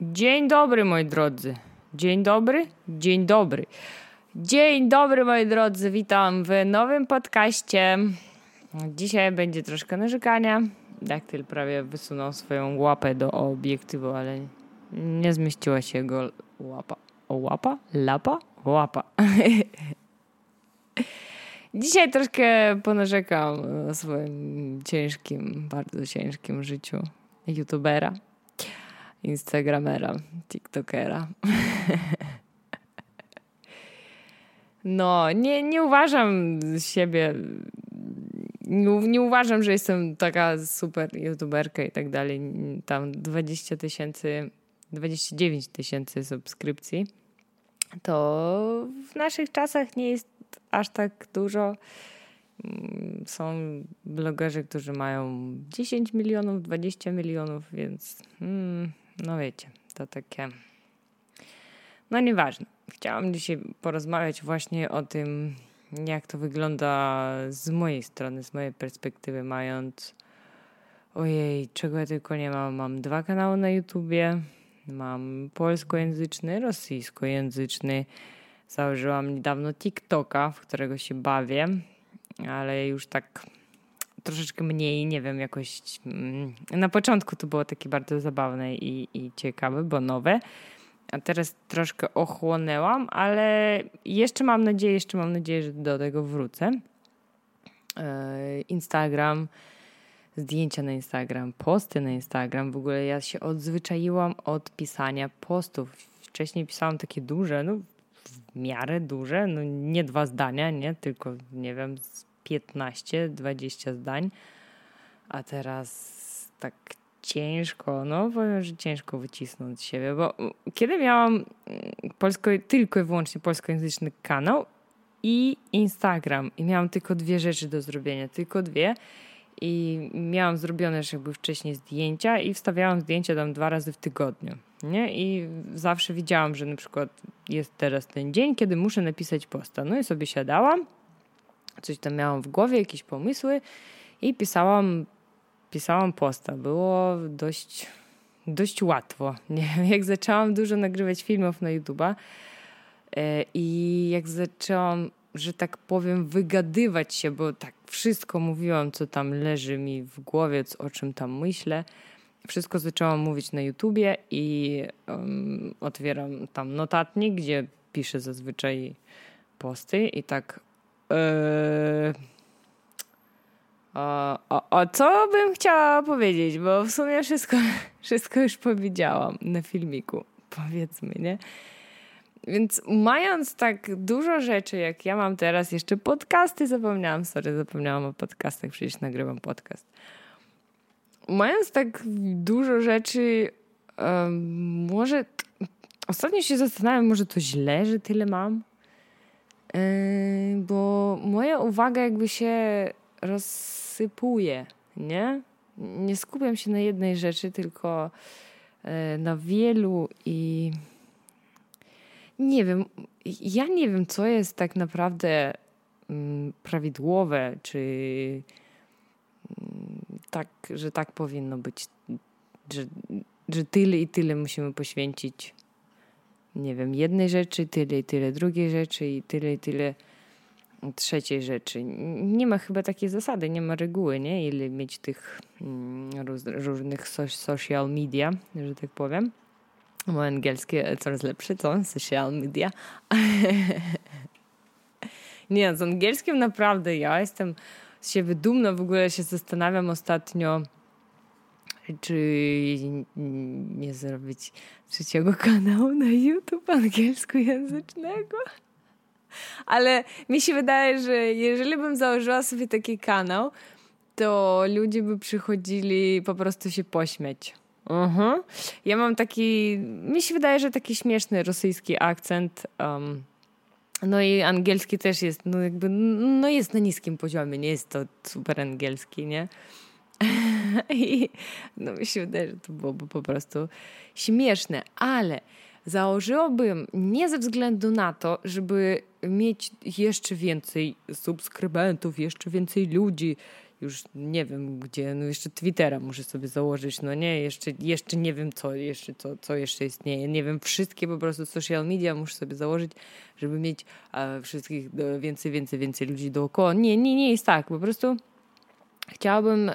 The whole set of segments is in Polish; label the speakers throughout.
Speaker 1: Dzień dobry, moi drodzy. Dzień dobry? Dzień dobry. Dzień dobry, moi drodzy. Witam w nowym podcaście. Dzisiaj będzie troszkę narzekania. Daktyl prawie wysunął swoją łapę do obiektywu, ale nie zmieściła się jego łapa. O, łapa? Lapa? Łapa. Dzisiaj troszkę ponarzekam o swoim ciężkim, bardzo ciężkim życiu youtubera, instagramera, tiktokera. No, nie uważam siebie, nie uważam, że jestem taka super youtuberka i tak dalej. Tam 29 tysięcy subskrypcji. To w naszych czasach nie jest aż tak dużo. Są blogerzy, którzy mają 10 milionów, 20 milionów, więc no wiecie, to takie... No nieważne. Chciałam dzisiaj porozmawiać właśnie o tym, jak to wygląda z mojej strony, z mojej perspektywy, mając... Ojej, czego ja tylko nie mam. Mam 2 kanały na YouTubie. Mam polskojęzyczny, rosyjskojęzyczny. Założyłam niedawno TikToka, w którego się bawię, ale już tak troszeczkę mniej, nie wiem, jakoś... Na początku to było takie bardzo zabawne i ciekawe, bo nowe. A teraz troszkę ochłonęłam, ale jeszcze mam nadzieję, że do tego wrócę. Instagram, zdjęcia na Instagram, posty na Instagram. W ogóle ja się odzwyczaiłam od pisania postów. Wcześniej pisałam takie duże, no w miarę duże, no nie 2 zdania, nie, tylko nie wiem, 15-20 zdań. A teraz tak ciężko, no powiem, że ciężko wycisnąć z siebie, bo kiedy miałam tylko i wyłącznie polskojęzyczny kanał i Instagram i miałam tylko 2 rzeczy do zrobienia, tylko 2 i miałam zrobione już jakby wcześniej zdjęcia i wstawiałam zdjęcia tam 2 razy w tygodniu, nie? I zawsze widziałam, że na przykład jest teraz ten dzień, kiedy muszę napisać posta. No i sobie siadałam, coś tam miałam w głowie, jakieś pomysły i pisałam posta. Było dość łatwo. Nie? Jak zaczęłam dużo nagrywać filmów na YouTube'a i jak zaczęłam, że tak powiem, wygadywać się, bo tak wszystko mówiłam, co tam leży mi w głowie, o czym tam myślę. Wszystko zaczęłam mówić na YouTubie i otwieram tam notatnik, gdzie piszę zazwyczaj posty i tak o co bym chciała powiedzieć, bo w sumie wszystko już powiedziałam na filmiku, powiedzmy, nie? Więc mając tak dużo rzeczy, jak ja mam teraz, jeszcze podcasty zapomniałam o podcastach, przecież nagrywam podcast. Mając tak dużo rzeczy, może ostatnio się zastanawiam, może to źle, że tyle mam, bo moja uwaga jakby się rozsypuje, nie? Nie skupiam się na jednej rzeczy, tylko na wielu i nie wiem, co jest tak naprawdę prawidłowe, czy tak, że tak powinno być, że tyle i tyle musimy poświęcić, nie wiem, jednej rzeczy, tyle i tyle drugiej rzeczy i tyle trzeciej rzeczy. Nie ma chyba takiej zasady, nie ma reguły, nie? Ile mieć tych różnych social media, że tak powiem. Moje angielskie coraz lepsze, co? Social media. Nie, z angielskim naprawdę ja jestem z siebie dumna. W ogóle się zastanawiam ostatnio, czy nie zrobić 3. kanału na YouTube angielskojęzycznego. Ale mi się wydaje, że jeżeli bym założyła sobie taki kanał, to ludzie by przychodzili po prostu się pośmiać. Ja mam mi się wydaje, że taki śmieszny rosyjski akcent. No i angielski też jest, jest na niskim poziomie, nie jest to super angielski, nie? I mi się wydaje, że to byłoby po prostu śmieszne, ale założyłabym nie ze względu na to, żeby mieć jeszcze więcej subskrybentów, jeszcze więcej ludzi, już nie wiem gdzie, no jeszcze Twittera muszę sobie założyć, no nie, jeszcze nie wiem co jeszcze istnieje, nie wiem, wszystkie po prostu social media muszę sobie założyć, żeby mieć wszystkich więcej ludzi dookoła. Nie jest tak, po prostu chciałabym,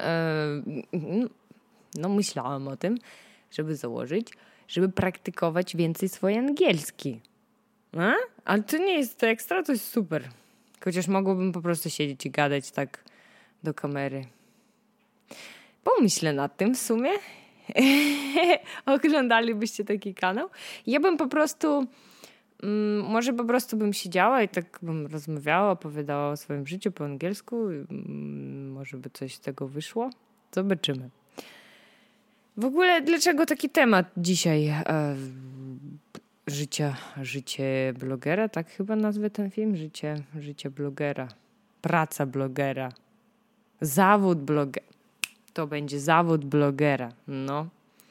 Speaker 1: myślałam o tym, żeby założyć, żeby praktykować więcej swój angielski. Ale to nie jest to ekstra, to jest super. Chociaż mogłabym po prostu siedzieć i gadać tak do kamery. Pomyślę nad tym w sumie. Oglądalibyście taki kanał? Ja bym po prostu, może po prostu bym siedziała i tak bym rozmawiała, opowiadała o swoim życiu po angielsku. Może by coś z tego wyszło. Zobaczymy. W ogóle dlaczego taki temat dzisiaj? Życie blogera, tak chyba nazwę ten film. Życie blogera. Praca blogera. Zawód blogera. To będzie zawód blogera. No.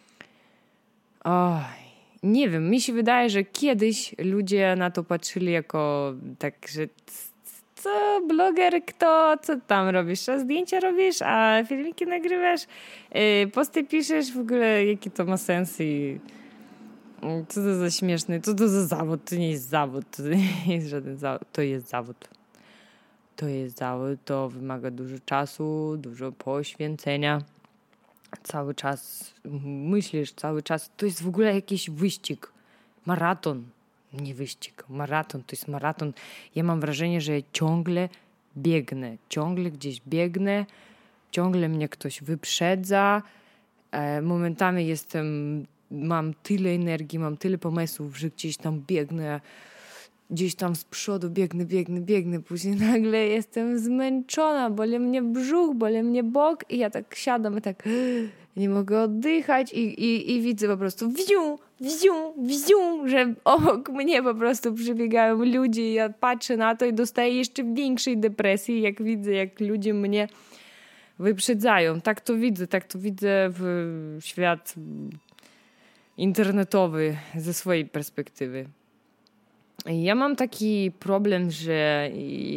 Speaker 1: Oj. Nie wiem, mi się wydaje, że kiedyś ludzie na to patrzyli jako tak, że co bloger, kto, co tam robisz? A zdjęcia robisz, a filmiki nagrywasz, posty piszesz, w ogóle jaki to ma sens i co to za śmieszny, co to za zawód? To nie jest zawód, to nie jest żaden zawód, to jest zawód. To jest zawód, to wymaga dużo czasu, dużo poświęcenia. Cały czas myślisz, cały czas, to jest w ogóle jakiś wyścig, maraton. Nie wyścig, maraton, to jest maraton. Ja mam wrażenie, że ciągle biegnę, ciągle gdzieś biegnę, ciągle mnie ktoś wyprzedza. Momentami mam tyle energii, mam tyle pomysłów, że gdzieś tam biegnę, gdzieś tam z przodu biegnę, później nagle jestem zmęczona, boli mnie brzuch, boli mnie bok i ja tak siadam i tak nie mogę oddychać i widzę po prostu wziu, że obok mnie po prostu przebiegają ludzie i ja patrzę na to i dostaję jeszcze większej depresji, jak widzę, jak ludzie mnie wyprzedzają. Tak to widzę w świat internetowy ze swojej perspektywy. Ja mam taki problem, że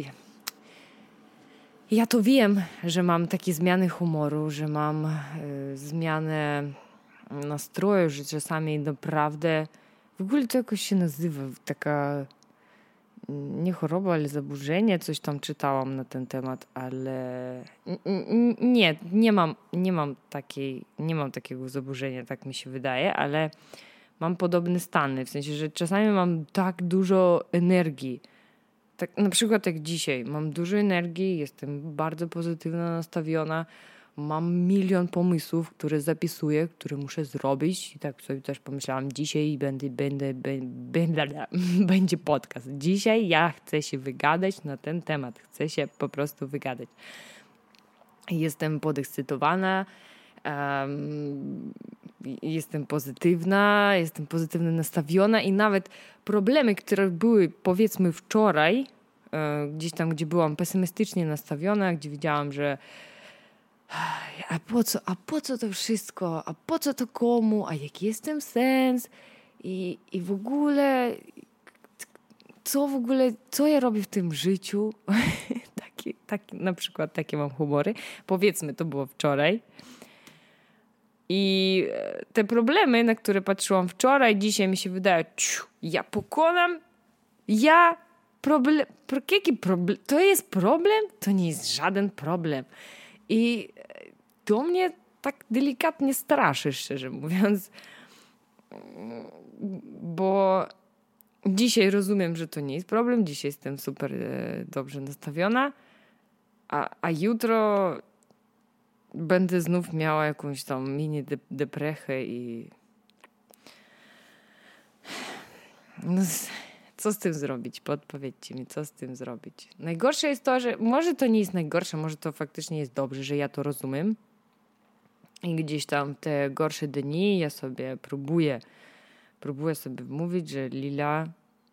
Speaker 1: ja to wiem, że mam takie zmiany humoru, że mam zmianę nastroju, że czasami naprawdę w ogóle to jakoś się nazywa taka nie choroba, ale zaburzenie, coś tam czytałam na ten temat, ale nie mam takiego zaburzenia, tak mi się wydaje, ale mam podobne stany, w sensie, że czasami mam tak dużo energii. Tak, na przykład jak dzisiaj. Mam dużo energii, jestem bardzo pozytywna nastawiona, mam milion pomysłów, które zapisuję, które muszę zrobić. I tak sobie też pomyślałam, dzisiaj będzie podcast. Dzisiaj ja chcę się wygadać na ten temat. Chcę się po prostu wygadać. Jestem podekscytowana, jestem pozytywnie nastawiona i nawet problemy, które były powiedzmy wczoraj, gdzieś tam, gdzie byłam pesymistycznie nastawiona, gdzie widziałam, że a po co to wszystko, a po co to komu, a jaki jest ten sens i w ogóle co ja robię w tym życiu. Na przykład takie mam humory. Powiedzmy, to było wczoraj. I te problemy, na które patrzyłam wczoraj, dzisiaj mi się wydaje, ja pokonam, jaki problem? To jest problem? To nie jest żaden problem. I to mnie tak delikatnie straszy, szczerze mówiąc, bo dzisiaj rozumiem, że to nie jest problem, dzisiaj jestem super dobrze nastawiona, a jutro będę znów miała jakąś tam mini deprechę i co z tym zrobić? Podpowiedzcie mi, co z tym zrobić. Najgorsze jest to, że może to nie jest najgorsze, może to faktycznie jest dobrze, że ja to rozumiem i gdzieś tam te gorsze dni ja sobie próbuję sobie mówić, że Lila,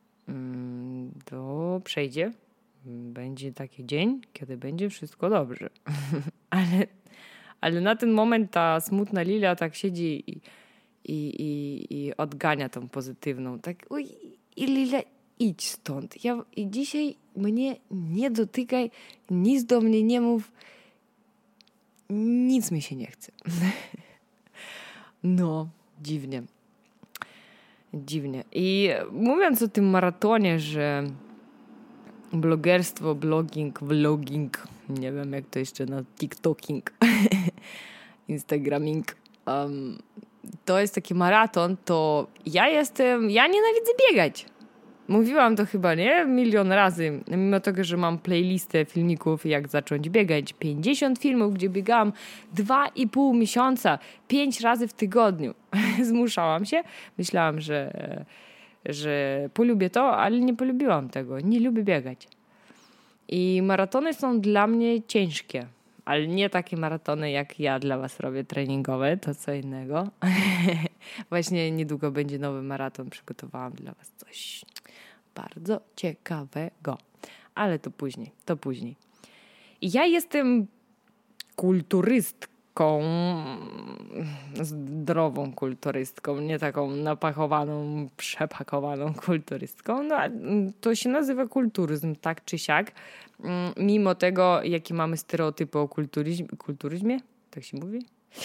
Speaker 1: to przejdzie. Będzie taki dzień, kiedy będzie wszystko dobrze. Ale na ten moment ta smutna Lila tak siedzi i odgania tą pozytywną. Tak, i Lila, idź stąd. I dzisiaj mnie nie dotykaj, nic do mnie nie mów. nic mi się nie chce. No, dziwnie. I mówiąc o tym maratonie, że blogerstwo, vlogging, nie wiem jak to jeszcze na TikToking, Instagraming, to jest taki maraton, to ja nienawidzę biegać. Mówiłam to chyba, nie? 1,000,000 razy. Mimo tego, że mam playlistę filmików, jak zacząć biegać. 50 filmów, gdzie biegałam 2,5 miesiąca, 5 razy w tygodniu. Zmuszałam się. Myślałam, że polubię to, ale nie polubiłam tego. Nie lubię biegać. I maratony są dla mnie ciężkie. Ale nie takie maratony, jak ja dla was robię treningowe, to co innego. Właśnie niedługo będzie nowy maraton. Przygotowałam dla was coś bardzo ciekawego. Ale to później. I ja jestem kulturystką, zdrową kulturystką, nie taką napakowaną, przepakowaną kulturystką. No, to się nazywa kulturyzm, tak czy siak. Mimo tego, jakie mamy stereotypy o kulturyzmie, tak się mówi?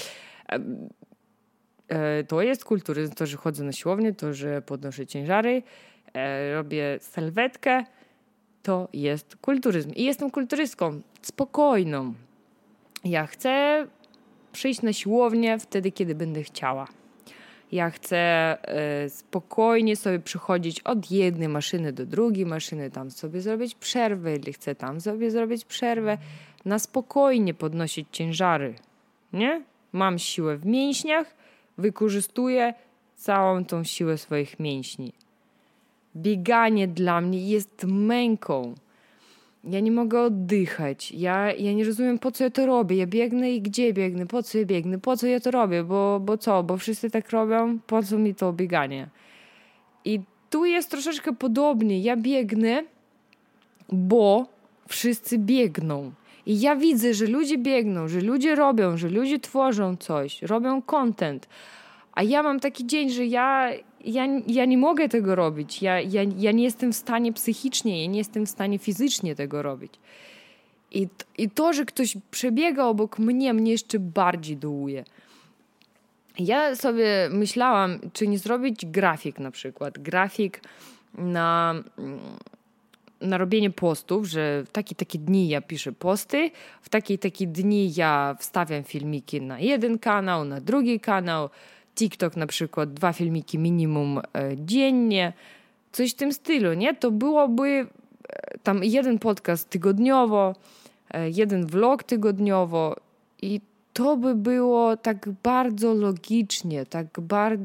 Speaker 1: To jest kulturyzm, to, że chodzę na siłownię, to, że podnoszę ciężary, robię sylwetkę, to jest kulturyzm. I jestem kulturystką spokojną. Ja chcę przyjść na siłownię wtedy, kiedy będę chciała. Ja chcę spokojnie sobie przychodzić od jednej maszyny do drugiej maszyny, tam sobie zrobić przerwę, ili chcę tam sobie zrobić przerwę, na spokojnie podnosić ciężary. Nie? Mam siłę w mięśniach, wykorzystuję całą tą siłę swoich mięśni. Bieganie dla mnie jest męką. Ja nie mogę oddychać. Ja nie rozumiem, po co ja to robię. Ja biegnę i gdzie biegnę? Po co ja biegnę? Po co ja to robię? Bo co? Bo wszyscy tak robią? Po co mi to bieganie? I tu jest troszeczkę podobnie. Ja biegnę, bo wszyscy biegną. I ja widzę, że ludzie biegną, że ludzie robią, że ludzie tworzą coś, robią content. A ja mam taki dzień, że ja nie mogę tego robić. Ja nie jestem w stanie psychicznie, ja nie jestem w stanie fizycznie tego robić. I to, że ktoś przebiega obok mnie jeszcze bardziej dołuje. Ja sobie myślałam, czy nie zrobić grafik na przykład. Grafik na robienie postów, że w takie dni ja piszę posty, w takie dni ja wstawiam filmiki na jeden kanał, na drugi kanał, TikTok na przykład 2 filmiki minimum dziennie, coś w tym stylu, nie? To byłoby tam jeden podcast tygodniowo, jeden vlog tygodniowo i to by było tak bardzo logicznie, tak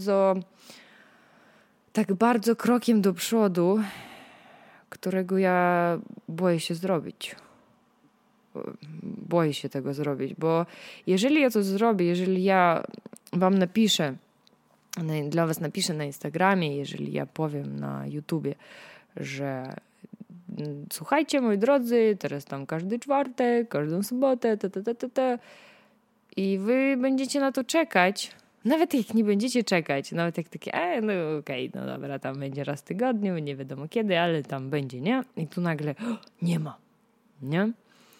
Speaker 1: bardzo krokiem do przodu, którego ja boję się zrobić. Boję się tego zrobić, bo jeżeli ja to zrobię, jeżeli ja wam napiszę, dla was napiszę na Instagramie, jeżeli ja powiem na YouTubie, że słuchajcie, moi drodzy, teraz tam każdy czwartek, każdą sobotę, i wy będziecie na to czekać, nawet jak nie będziecie czekać, nawet jak takie, no okej, no dobra, tam będzie raz w tygodniu, nie wiadomo kiedy, ale tam będzie, nie? I tu nagle nie ma, nie?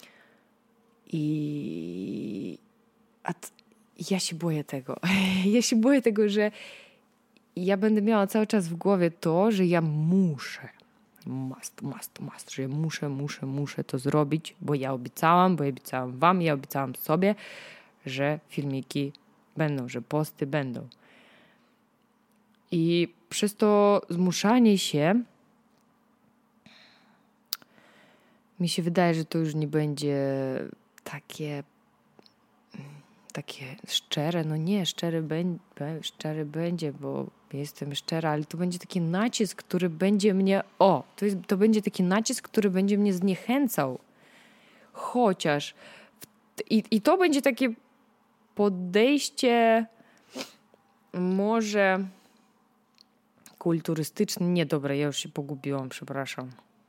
Speaker 1: Ja się boję tego. Ja się boję tego, że ja będę miała cały czas w głowie to, że ja muszę. Że ja muszę to zrobić, bo ja obiecałam wam, ja obiecałam sobie, że filmiki będą, że posty będą. I przez to zmuszanie się mi się wydaje, że to już nie będzie takie szczere, no nie, szczere będzie, bo jestem szczera, ale to będzie taki nacisk, który będzie mnie, to będzie taki nacisk, który będzie mnie zniechęcał. Chociaż i to będzie takie podejście może kulturystyczne. Nie, dobra, ja już się pogubiłam, przepraszam.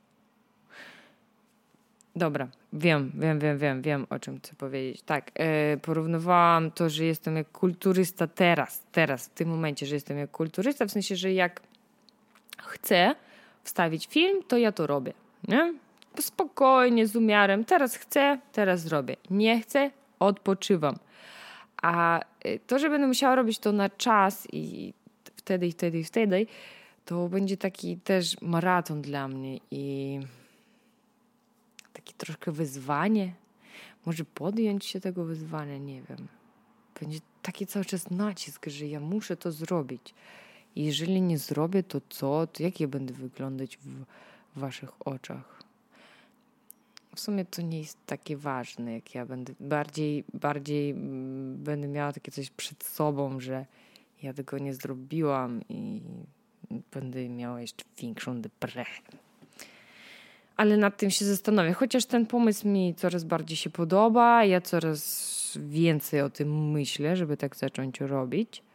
Speaker 1: Dobra, wiem, o czym chcę powiedzieć. Tak, porównywałam to, że jestem jak kulturysta teraz, w tym momencie, że jestem jak kulturysta, w sensie, że jak chcę wstawić film, to ja to robię, nie? Spokojnie, z umiarem. Teraz chcę, teraz zrobię. Nie chcę, odpoczywam. A to, że będę musiała robić to na czas i wtedy, to będzie taki też maraton dla mnie i takie troszkę wyzwanie. Może podjąć się tego wyzwania, nie wiem. Będzie taki cały czas nacisk, że ja muszę to zrobić. I jeżeli nie zrobię, to co? To jak ja będę wyglądać w waszych oczach? W sumie to nie jest takie ważne, jak ja będę bardziej będę miała takie coś przed sobą, że ja tego nie zrobiłam i będę miała jeszcze większą depresję. Ale nad tym się zastanawiam. Chociaż ten pomysł mi coraz bardziej się podoba, ja coraz więcej o tym myślę, żeby tak zacząć robić.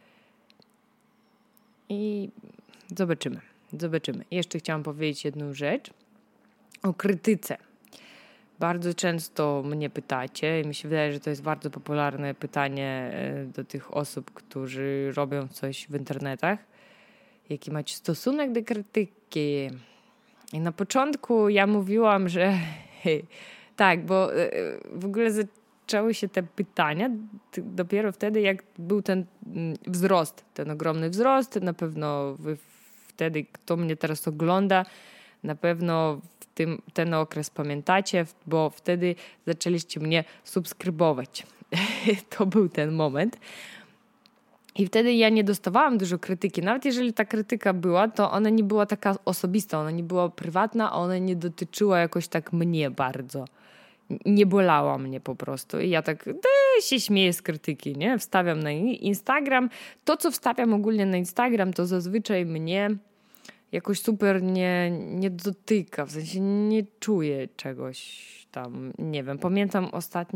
Speaker 1: I zobaczymy. Jeszcze chciałam powiedzieć jedną rzecz o krytyce. Bardzo często mnie pytacie i mi się wydaje, że to jest bardzo popularne pytanie do tych osób, którzy robią coś w internetach. Jaki macie stosunek do krytyki? I na początku ja mówiłam, że tak, bo w ogóle zaczęły się te pytania dopiero wtedy, jak był ten wzrost, ten ogromny wzrost. Na pewno wtedy, kto mnie teraz ogląda, na pewno ten okres pamiętacie, bo wtedy zaczęliście mnie subskrybować. To był ten moment. I wtedy ja nie dostawałam dużo krytyki. Nawet jeżeli ta krytyka była, to ona nie była taka osobista, ona nie była prywatna, ona nie dotyczyła jakoś tak mnie bardzo. Nie bolała mnie po prostu. I ja tak się śmieję z krytyki, nie? Wstawiam na Instagram. To, co wstawiam ogólnie na Instagram, to zazwyczaj mnie jakoś super nie dotyka. W sensie nie czuję czegoś tam. Nie wiem, pamiętam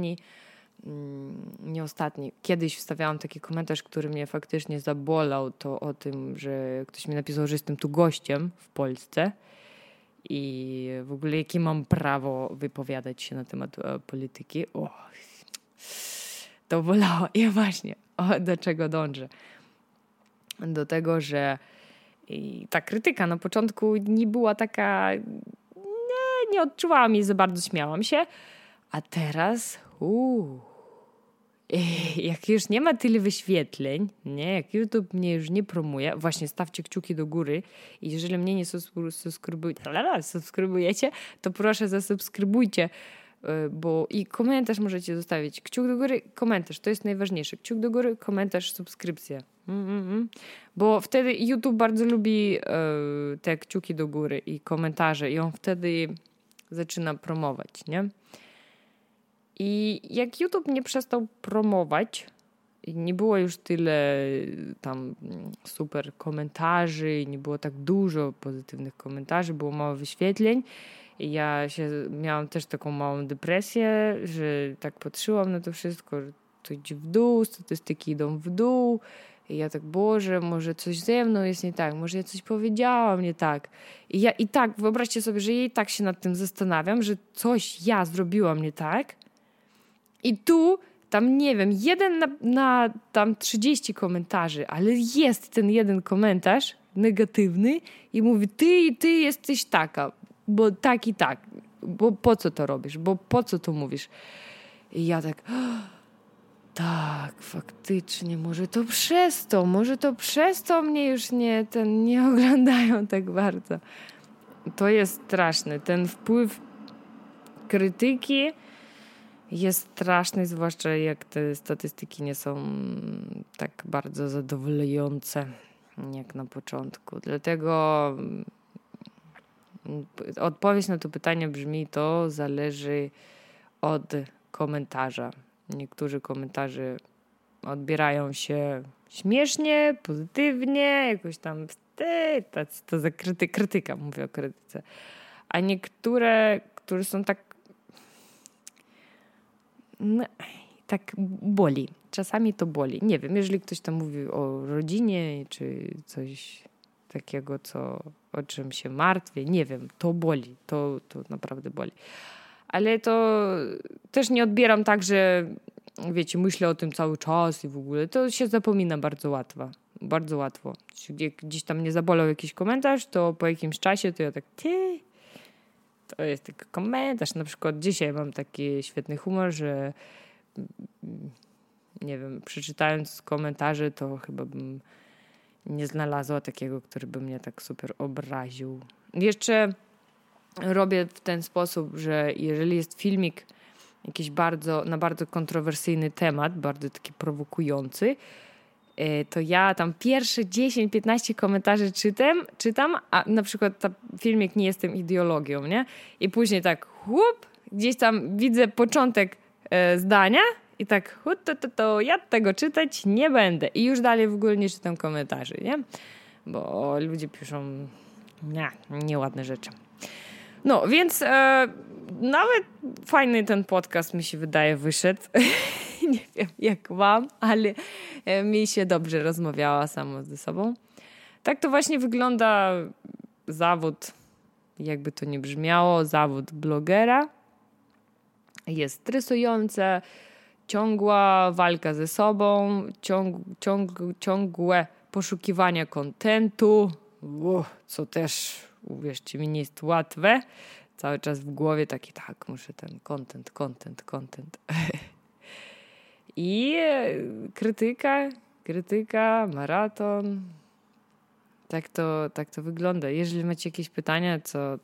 Speaker 1: kiedyś wstawiałam taki komentarz, który mnie faktycznie zabolał, to o tym, że ktoś mi napisał, że jestem tu gościem w Polsce i w ogóle jakie mam prawo wypowiadać się na temat polityki. To bolało. I właśnie, do czego dążę? Do tego, że ta krytyka na początku nie była taka, nie odczuwałam jej za bardzo, śmiałam się, a teraz jak już nie ma tyle wyświetleń, nie, jak YouTube mnie już nie promuje, właśnie stawcie kciuki do góry i jeżeli mnie nie subskrybujecie, to proszę zasubskrybujcie, bo i komentarz możecie zostawić. Kciuk do góry, komentarz, to jest najważniejsze. Kciuk do góry, komentarz, subskrypcja. Bo wtedy YouTube bardzo lubi te kciuki do góry i komentarze i on wtedy zaczyna promować, nie? I jak YouTube nie przestał promować, nie było już tyle tam super komentarzy i nie było tak dużo pozytywnych komentarzy, było mało wyświetleń. I ja miałam też taką małą depresję, że tak patrzyłam na to wszystko, że to idzie w dół, statystyki idą w dół. I ja tak, Boże, może coś ze mną jest nie tak, może ja coś powiedziałam nie tak. I ja i tak, wyobraźcie sobie, że ja i tak się nad tym zastanawiam, że coś ja zrobiłam nie tak. I tu, tam nie wiem, jeden na tam 30 komentarzy, ale jest ten jeden komentarz negatywny i mówi, ty jesteś taka, bo tak i tak, bo po co to robisz, bo po co to mówisz? I ja tak, tak, faktycznie, może to przez to mnie już nie oglądają tak bardzo. To jest straszne, ten wpływ krytyki jest straszny, zwłaszcza jak te statystyki nie są tak bardzo zadowalające jak na początku. Dlatego odpowiedź na to pytanie brzmi, to zależy od komentarza. Niektórzy komentarze odbierają się śmiesznie, pozytywnie, jakoś tam to za krytyka, mówię o krytyce. A niektóre, które są tak boli. Czasami to boli. Nie wiem, jeżeli ktoś tam mówi o rodzinie, czy coś takiego, o czym się martwię, nie wiem, to boli. To naprawdę boli. Ale to też nie odbieram tak, że wiecie, myślę o tym cały czas i w ogóle. To się zapomina bardzo łatwo. Bardzo łatwo. Jak gdzieś tam mnie zabolał jakiś komentarz, to po jakimś czasie to ja tak to jest tylko komentarz. Na przykład dzisiaj mam taki świetny humor, że nie wiem, przeczytając komentarze, to chyba bym nie znalazła takiego, który by mnie tak super obraził. Jeszcze robię w ten sposób, że jeżeli jest filmik jakiś na bardzo kontrowersyjny temat, bardzo taki prowokujący, to ja tam pierwsze 10-15 komentarzy czytam, a na przykład ten filmik nie jestem ideologią, nie? I później tak gdzieś tam widzę początek zdania i tak to ja tego czytać nie będę. I już dalej w ogóle nie czytam komentarzy, nie? Bo ludzie piszą nieładne rzeczy. No, więc nawet fajny ten podcast mi się wydaje wyszedł. Nie wiem jak wam, ale mi się dobrze rozmawiała sama ze sobą. Tak to właśnie wygląda zawód, jakby to nie brzmiało, zawód blogera. Jest stresujące, ciągła walka ze sobą, ciągłe poszukiwania kontentu, co też, uwierzcie mi, nie jest łatwe. Cały czas w głowie taki, muszę ten content. I krytyka, maraton. Tak to wygląda. Jeżeli macie jakieś pytania co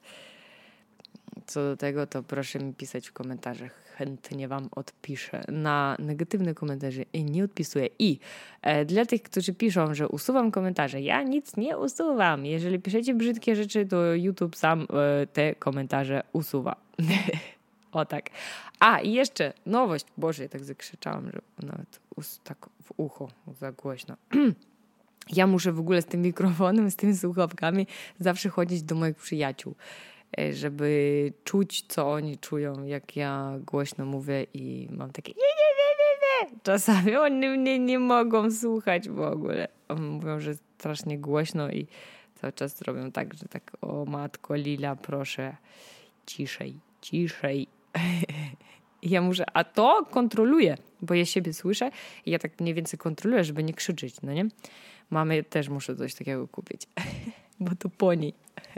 Speaker 1: do tego, to proszę mi pisać w komentarzach. Chętnie wam odpiszę. Na negatywne komentarze nie odpisuję. I dla tych, którzy piszą, że usuwam komentarze, ja nic nie usuwam. Jeżeli piszecie brzydkie rzeczy, to YouTube sam te komentarze usuwa. O tak. A, i jeszcze nowość. Boże, ja tak zakrzyczałam, że nawet tak w ucho za głośno. Ja muszę w ogóle z tym mikrofonem, z tymi słuchawkami zawsze chodzić do moich przyjaciół, żeby czuć, co oni czują, jak ja głośno mówię i mam takie nie. Czasami oni mnie nie mogą słuchać w ogóle. Mówią, że strasznie głośno i cały czas robią tak, że tak, o matko Lila, proszę, ciszej. Ja muszę, a to kontroluję, bo ja siebie słyszę i ja tak mniej więcej kontroluję, żeby nie krzyczeć, no nie? Mamy też muszę coś takiego kupić, bo to po niej.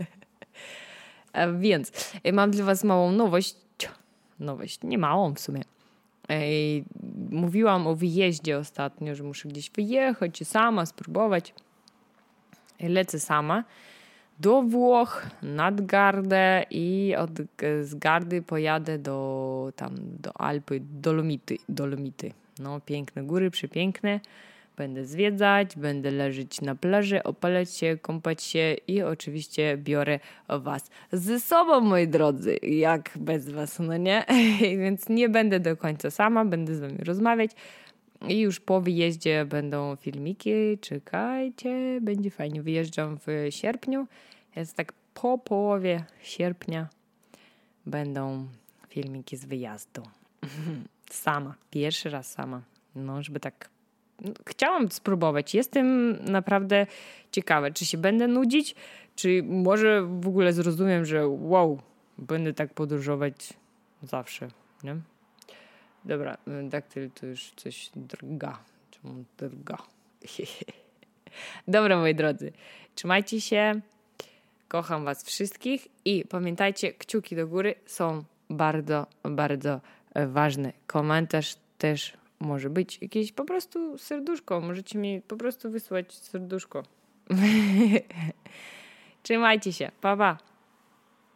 Speaker 1: Więc mam dla was małą nowość, nie małą w sumie. Mówiłam o wyjeździe ostatnio, że muszę gdzieś wyjechać sama, spróbować. Lecę sama do Włoch, nad Gardę i z Gardy pojadę do Alpy, Dolomity. No, piękne góry, przepiękne. Będę zwiedzać, będę leżeć na plaży, opalać się, kąpać się i oczywiście biorę was ze sobą, moi drodzy. Jak bez was, no nie? Więc nie będę do końca sama, będę z wami rozmawiać. I już po wyjeździe będą filmiki. Czekajcie, będzie fajnie. Wyjeżdżam w sierpniu, więc tak po połowie sierpnia będą filmiki z wyjazdu. Sama, pierwszy raz sama. No, żeby tak... Chciałam spróbować. Jestem naprawdę ciekawa, czy się będę nudzić, czy może w ogóle zrozumiem, że będę tak podróżować zawsze, nie? Dobra, daktyl to już coś drga. Czemu drga? Dobra, moi drodzy, trzymajcie się. Kocham was wszystkich i pamiętajcie, kciuki do góry są bardzo, bardzo ważne. Komentarz też może być jakieś po prostu serduszko. Możecie mi po prostu wysłać serduszko. Trzymajcie się. Pa, pa.